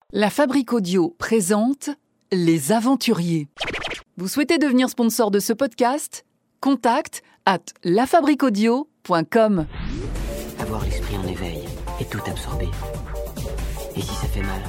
La Fabrique Audio présente Les Aventuriers. Vous souhaitez devenir sponsor de ce podcast ? Contact @lafabriqueaudio.com. Avoir l'esprit en éveil et tout absorber. Et si ça fait mal,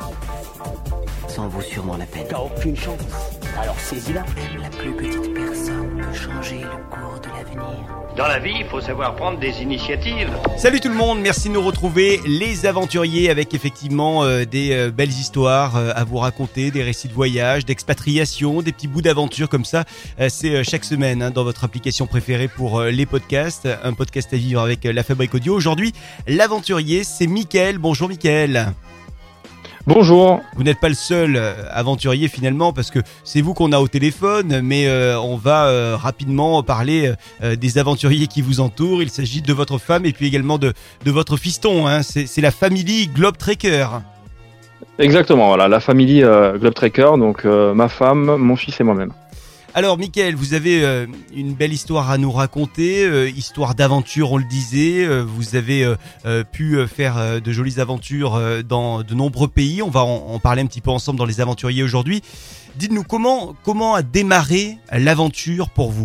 ça en vaut sûrement la peine. T'as aucune chance. Alors saisis-la. Même la plus petite personne peut changer le cours de l'avenir. Dans la vie, il faut savoir prendre des initiatives. Salut tout le monde, merci de nous retrouver, les aventuriers, avec effectivement des belles histoires à vous raconter, des récits de voyage, d'expatriation, des petits bouts d'aventure comme ça. C'est chaque semaine dans votre application préférée pour les podcasts, un podcast à vivre avec La Fabrique Audio. Aujourd'hui, l'aventurier, c'est Mickaël. Bonjour Mickaël. Bonjour. Vous n'êtes pas le seul aventurier finalement, parce que c'est vous qu'on a au téléphone, mais on va rapidement parler des aventuriers qui vous entourent. Il s'agit de votre femme et puis également de votre fiston, hein. C'est la famille Globetracker. Exactement, voilà, la famille Globetracker, donc ma femme, mon fils et moi-même. Alors Mickaël, vous avez une belle histoire à nous raconter, histoire d'aventure, on le disait. Vous avez pu faire de jolies aventures dans de nombreux pays. On va en parler un petit peu ensemble dans Les Aventuriers aujourd'hui. Dites-nous comment a démarré l'aventure pour vous ?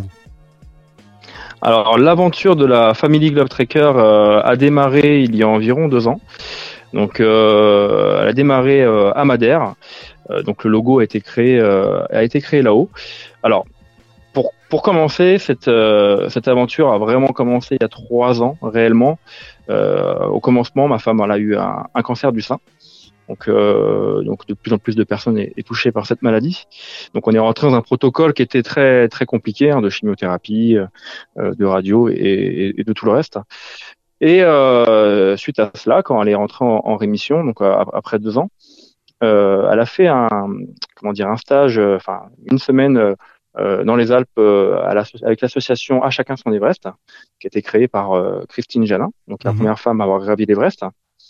Alors l'aventure de la famille Globetracker a démarré il y a environ 2 ans. Donc elle a démarré à Madère. Donc le logo a été créé là-haut. Alors pour commencer, cette aventure a vraiment commencé il y a 3 ans réellement. Au commencement, ma femme elle a eu un cancer du sein. Donc de plus en plus de personnes est touchée par cette maladie. Donc on est rentré dans un protocole qui était très très compliqué, de chimiothérapie, de radio et de tout le reste. Et suite à cela, quand elle est rentrée en rémission, donc après 2 ans, elle a fait un stage, une semaine dans les Alpes avec l'association À Chacun Son Everest, qui a été créée par Christine Janin, donc la première femme à avoir gravi l'Everest.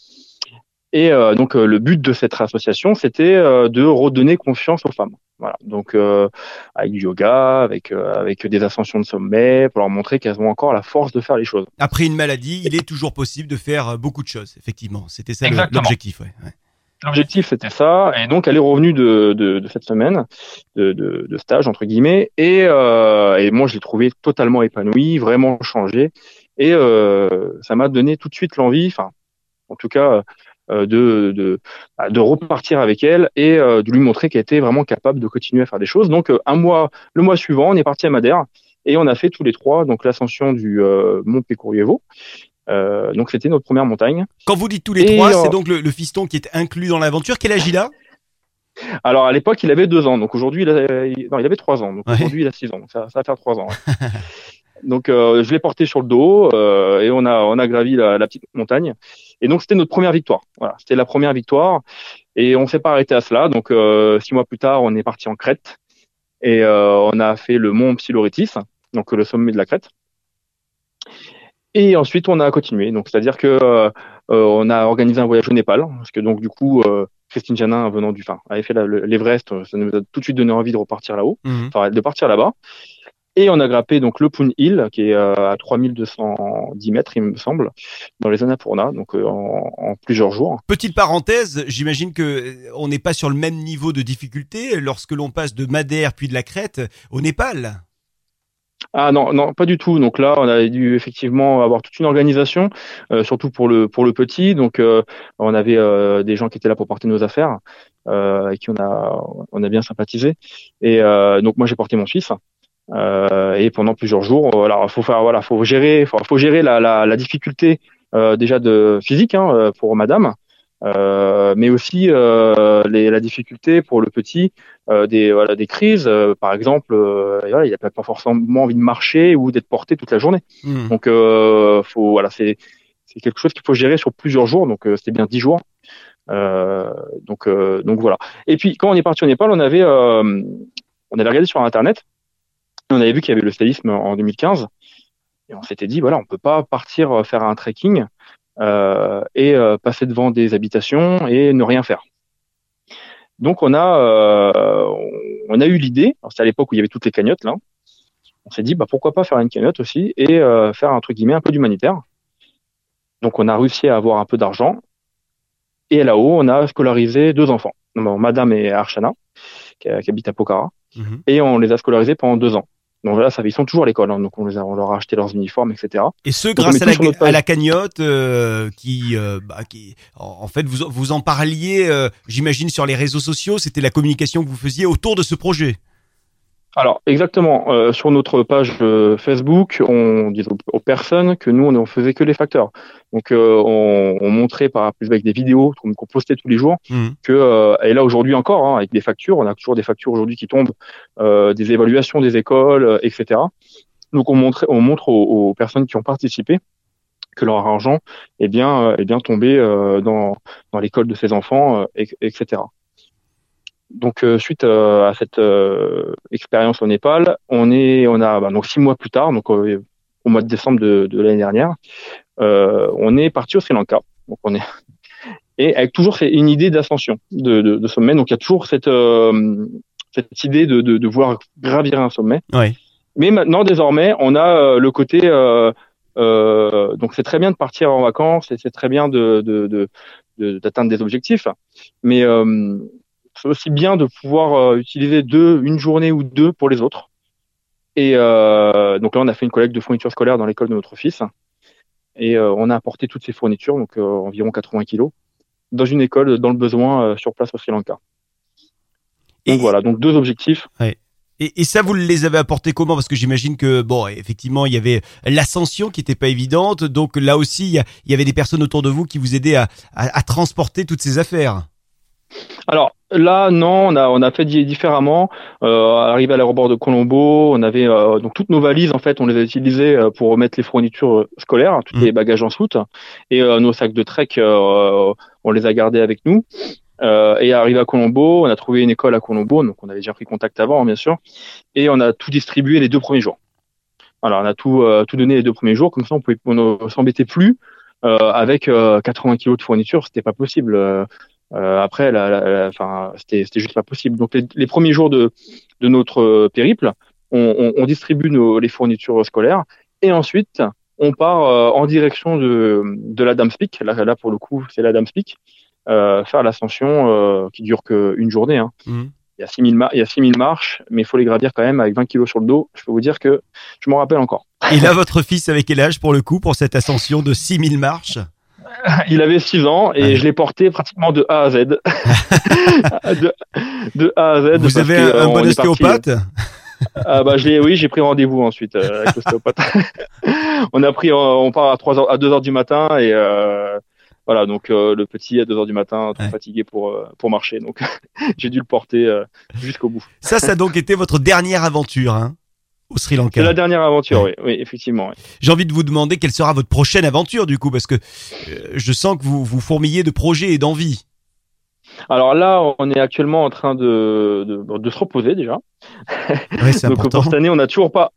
Et donc le but de cette association, c'était de redonner confiance aux femmes. Voilà, donc avec du yoga, avec des ascensions de sommet, pour leur montrer qu'elles ont encore la force de faire les choses. Après une maladie, il est toujours possible de faire beaucoup de choses, effectivement. C'était ça l'objectif. Ouais. L'objectif, c'était ça. Et donc, elle est revenue de cette semaine de stage, entre guillemets. Et moi, je l'ai trouvée totalement épanouie, vraiment changée. Et ça m'a donné tout de suite l'envie, en tout cas, de repartir avec elle et de lui montrer qu'elle était vraiment capable de continuer à faire des choses. Donc, le mois suivant, on est parti à Madère et on a fait tous les 3 donc l'ascension du Mont Pécourievo. Donc c'était notre première montagne. Quand vous dites tous les 3, c'est donc le fiston qui est inclus dans l'aventure. Quel âge il a ? Alors à l'époque il avait 2 ans, donc aujourd'hui il avait 3 ans, donc aujourd'hui il a 6 ans, donc ça va faire 3 ans. Ouais. Donc je l'ai porté sur le dos et on a gravi la petite montagne. Et donc c'était notre première victoire. Voilà, c'était la première victoire et on s'est pas arrêté à cela. Donc 6 mois plus tard on est parti en Crète et on a fait le mont Psilorétis, donc le sommet de la Crète. Et ensuite, on a continué. Donc, c'est-à-dire que on a organisé un voyage au Népal, parce que donc du coup, Christine Janin avait fait l'Everest, ça nous a tout de suite donné envie de repartir là-haut, de partir là-bas. Et on a grimpé donc le Poon Hill, qui est à 3210 mètres, il me semble, dans les Annapurna, donc en plusieurs jours. Petite parenthèse, j'imagine que on n'est pas sur le même niveau de difficulté lorsque l'on passe de Madère puis de la Crète au Népal. Ah non, pas du tout. Donc là, on a dû effectivement avoir toute une organisation, surtout pour le petit. Donc on avait des gens qui étaient là pour porter nos affaires, avec qui on a bien sympathisé. Et donc moi j'ai porté mon fils. Et pendant plusieurs jours, faut gérer la difficulté déjà de physique pour madame. Mais aussi la difficulté pour le petit des crises, par exemple, il n'a pas forcément envie de marcher ou d'être porté toute la journée. Donc c'est quelque chose qu'il faut gérer sur plusieurs jours, donc c'était bien 10 jours. Donc voilà. Et puis quand on est parti au Népal, on avait regardé sur internet, et on avait vu qu'il y avait le séisme en 2015 et on s'était dit on peut pas partir faire un trekking et passer devant des habitations et ne rien faire. Donc on a eu l'idée, alors c'est à l'époque où il y avait toutes les cagnottes là, on s'est dit pourquoi pas faire une cagnotte aussi et faire un truc un peu d'humanitaire. Donc on a réussi à avoir un peu d'argent Et là-haut, on a scolarisé 2 enfants, bon, Madame et Archana, qui habitent à Pokhara, et on les a scolarisés pendant 2 ans. Donc là, ils sont toujours à l'école, hein, donc on leur a acheté leurs uniformes, etc. Et ce, Donc, grâce on met tout sur notre à la page. cagnotte, qui, en fait, vous en parliez, j'imagine, sur les réseaux sociaux. C'était la communication que vous faisiez autour de ce projet. Alors, exactement. Sur notre page Facebook, on disait aux personnes que nous, on ne faisait que les facteurs. Donc, on montrait avec des vidéos qu'on postait tous les jours que, et là aujourd'hui encore, hein, avec des factures, on a toujours des factures aujourd'hui qui tombent, des évaluations des écoles, etc. Donc, on montre aux personnes qui ont participé que leur argent est bien tombé dans l'école de ces enfants, etc. Donc suite à cette expérience au Népal, on a donc 6 mois plus tard, donc au mois de décembre de l'année dernière, on est parti au Sri Lanka. Donc et avec toujours une idée d'ascension de sommet. Donc il y a toujours cette idée de vouloir gravir un sommet. Ouais. Mais maintenant désormais, on a le côté donc c'est très bien de partir en vacances et c'est très bien d'atteindre des objectifs, mais c'est aussi bien de pouvoir utiliser une journée ou 2 pour les autres. Et donc là, on a fait une collecte de fournitures scolaires dans l'école de notre fils. Et on a apporté toutes ces fournitures, donc environ 80 kilos, dans une école dans le besoin sur place au Sri Lanka. Donc voilà, donc 2 objectifs. Ouais. Et ça, vous les avez apportés comment? Parce que j'imagine que, bon, effectivement, il y avait l'ascension qui était pas évidente. Donc là aussi, il y avait des personnes autour de vous qui vous aidaient à transporter toutes ces affaires. Alors là, non, on a fait différemment. Arrivé à l'aéroport de Colombo, on avait donc toutes nos valises, en fait, on les a utilisées pour mettre les fournitures scolaires, tous les bagages en soute, et nos sacs de trek, on les a gardés avec nous. Et arrivé à Colombo, on a trouvé une école à Colombo, donc on avait déjà pris contact avant, hein, bien sûr, et on a tout distribué les 2 premiers jours. Alors on a tout donné les 2 premiers jours, comme ça on ne s'embêtait plus avec 80 kilos de fournitures, c'était pas possible. Après, c'était juste pas possible. Donc les premiers jours de notre périple, on distribue les fournitures scolaires et ensuite on part en direction de la Dams Peak. Là pour le coup, c'est la Dams Peak, faire l'ascension qui dure qu'une journée. Hein. Il y a 6000 marches, mais il faut les gravir quand même avec 20 kilos sur le dos. Je peux vous dire que je m'en rappelle encore. Et là, votre fils avait quel âge pour le coup, pour cette ascension de 6000 marches? Il avait 6 ans et je l'ai porté pratiquement de A à Z. de A à Z. Vous avez un bon ostéopathe? J'ai pris rendez-vous ensuite avec l'ostéopathe. On part à 2 heures du matin et voilà, donc le petit à 2 heures du matin, trop fatigué pour marcher, donc j'ai dû le porter jusqu'au bout. Ça a donc été votre dernière aventure, hein, au Sri Lanka. C'est la dernière aventure, oui, effectivement. Oui. J'ai envie de vous demander quelle sera votre prochaine aventure du coup, parce que je sens que vous fourmillez de projets et d'envie. Alors là, on est actuellement en train de se reposer déjà. Ouais, c'est donc important. pour cette année, on n'a toujours pas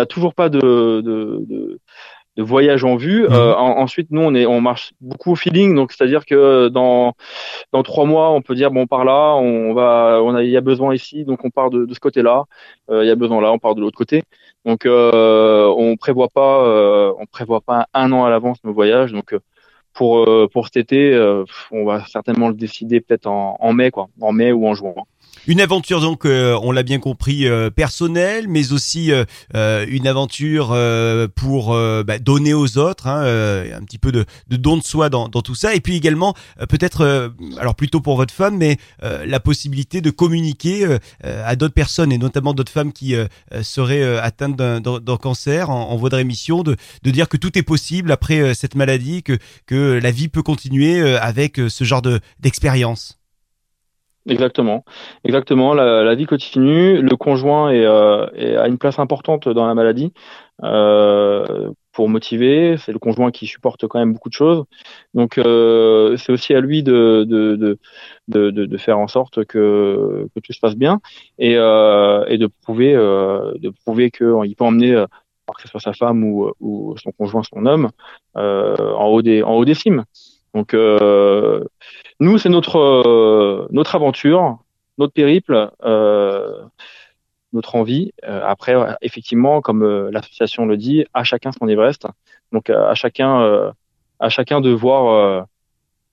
de voyage en vue. Ensuite, nous, on marche beaucoup au feeling, donc c'est-à-dire que dans 3 mois, on peut dire bon, par là, il y a besoin ici, donc on part de ce côté-là. Il y a besoin là, on part de l'autre côté. Donc on prévoit pas 1 an à l'avance nos voyages. Donc pour cet été, on va certainement le décider peut-être en mai, quoi, en mai ou en juin. Une aventure donc, on l'a bien compris, personnelle, mais aussi une aventure pour donner aux autres, hein, un petit peu de don de soi dans tout ça, et puis également peut-être, alors plutôt pour votre femme, mais la possibilité de communiquer à d'autres personnes, et notamment d'autres femmes qui seraient atteintes d'un cancer en voie de rémission, de dire que tout est possible après cette maladie, que la vie peut continuer avec ce genre d'expérience. Exactement. La vie continue. Le conjoint a une place importante dans la maladie pour motiver. C'est le conjoint qui supporte quand même beaucoup de choses. Donc c'est aussi à lui de faire en sorte que tout se passe bien et de prouver qu'il peut emmener, que ce soit sa femme ou son conjoint, son homme, en haut des cimes. Donc nous, c'est notre aventure, notre périple, notre envie. Après, effectivement, comme l'association le dit, à chacun son Everest. Donc à chacun de voir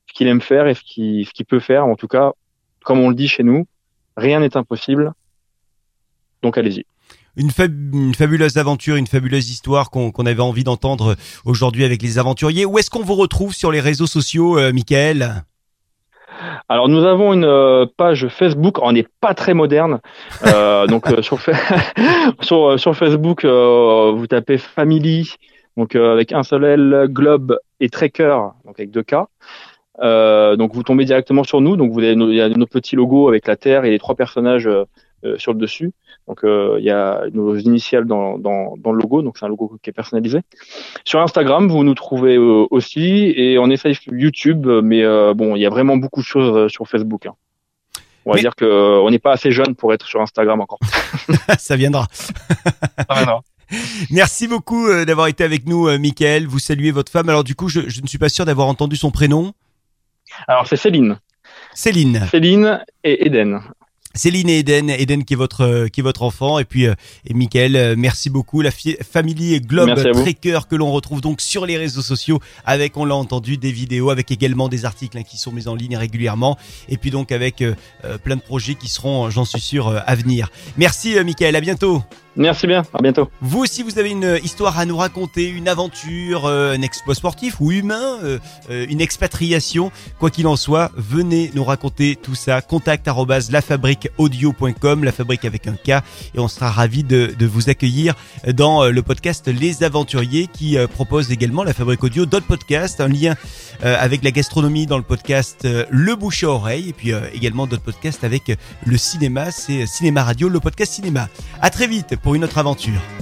qu'il aime faire et ce qu'il peut faire. En tout cas, comme on le dit chez nous, rien n'est impossible. Donc allez-y. Une fabuleuse aventure, une fabuleuse histoire qu'on avait envie d'entendre aujourd'hui avec les aventuriers. Où est-ce qu'on vous retrouve sur les réseaux sociaux, Mickaël ? Alors nous avons une page Facebook, on n'est pas très moderne, donc sur Facebook vous tapez Family, donc avec un seul L, Globe et Trekker, donc avec 2 K. Donc vous tombez directement sur nous, donc il y a nos petits logos avec la Terre et les 3 personnages sur le dessus. Donc il y a nos initiales dans le logo, donc c'est un logo qui est personnalisé. Sur Instagram, vous nous trouvez aussi, et on essaye YouTube, mais bon, il y a vraiment beaucoup de choses sur Facebook. Hein. On va dire que on n'est pas assez jeune pour être sur Instagram encore. Ça viendra. Ça viendra. Merci beaucoup d'avoir été avec nous, Mickaël. Vous saluez votre femme. Alors du coup, je ne suis pas sûr d'avoir entendu son prénom. Alors c'est Céline. Céline Et Eden. Céline et Eden qui est votre enfant, et puis et Mickaël, merci beaucoup. La Family Globe Trekker que l'on retrouve donc sur les réseaux sociaux avec, on l'a entendu, des vidéos, avec également des articles qui sont mis en ligne régulièrement, et puis donc avec plein de projets qui seront, j'en suis sûr, à venir. Merci Mickaël, à bientôt. Merci bien, à bientôt. Vous aussi, vous avez une histoire à nous raconter, une aventure, un exploit sportif ou humain, une expatriation, quoi qu'il en soit, venez nous raconter tout ça. contact@lafabriqueaudio.com, la fabrique avec un K, et on sera ravis de vous accueillir dans le podcast Les Aventuriers, qui propose également, la Fabrique Audio, d'autres podcasts, un lien avec la gastronomie dans le podcast Le Bouche à Oreille, et puis également d'autres podcasts avec le cinéma, c'est Cinéma Radio, le podcast cinéma. À très vite pour une autre aventure.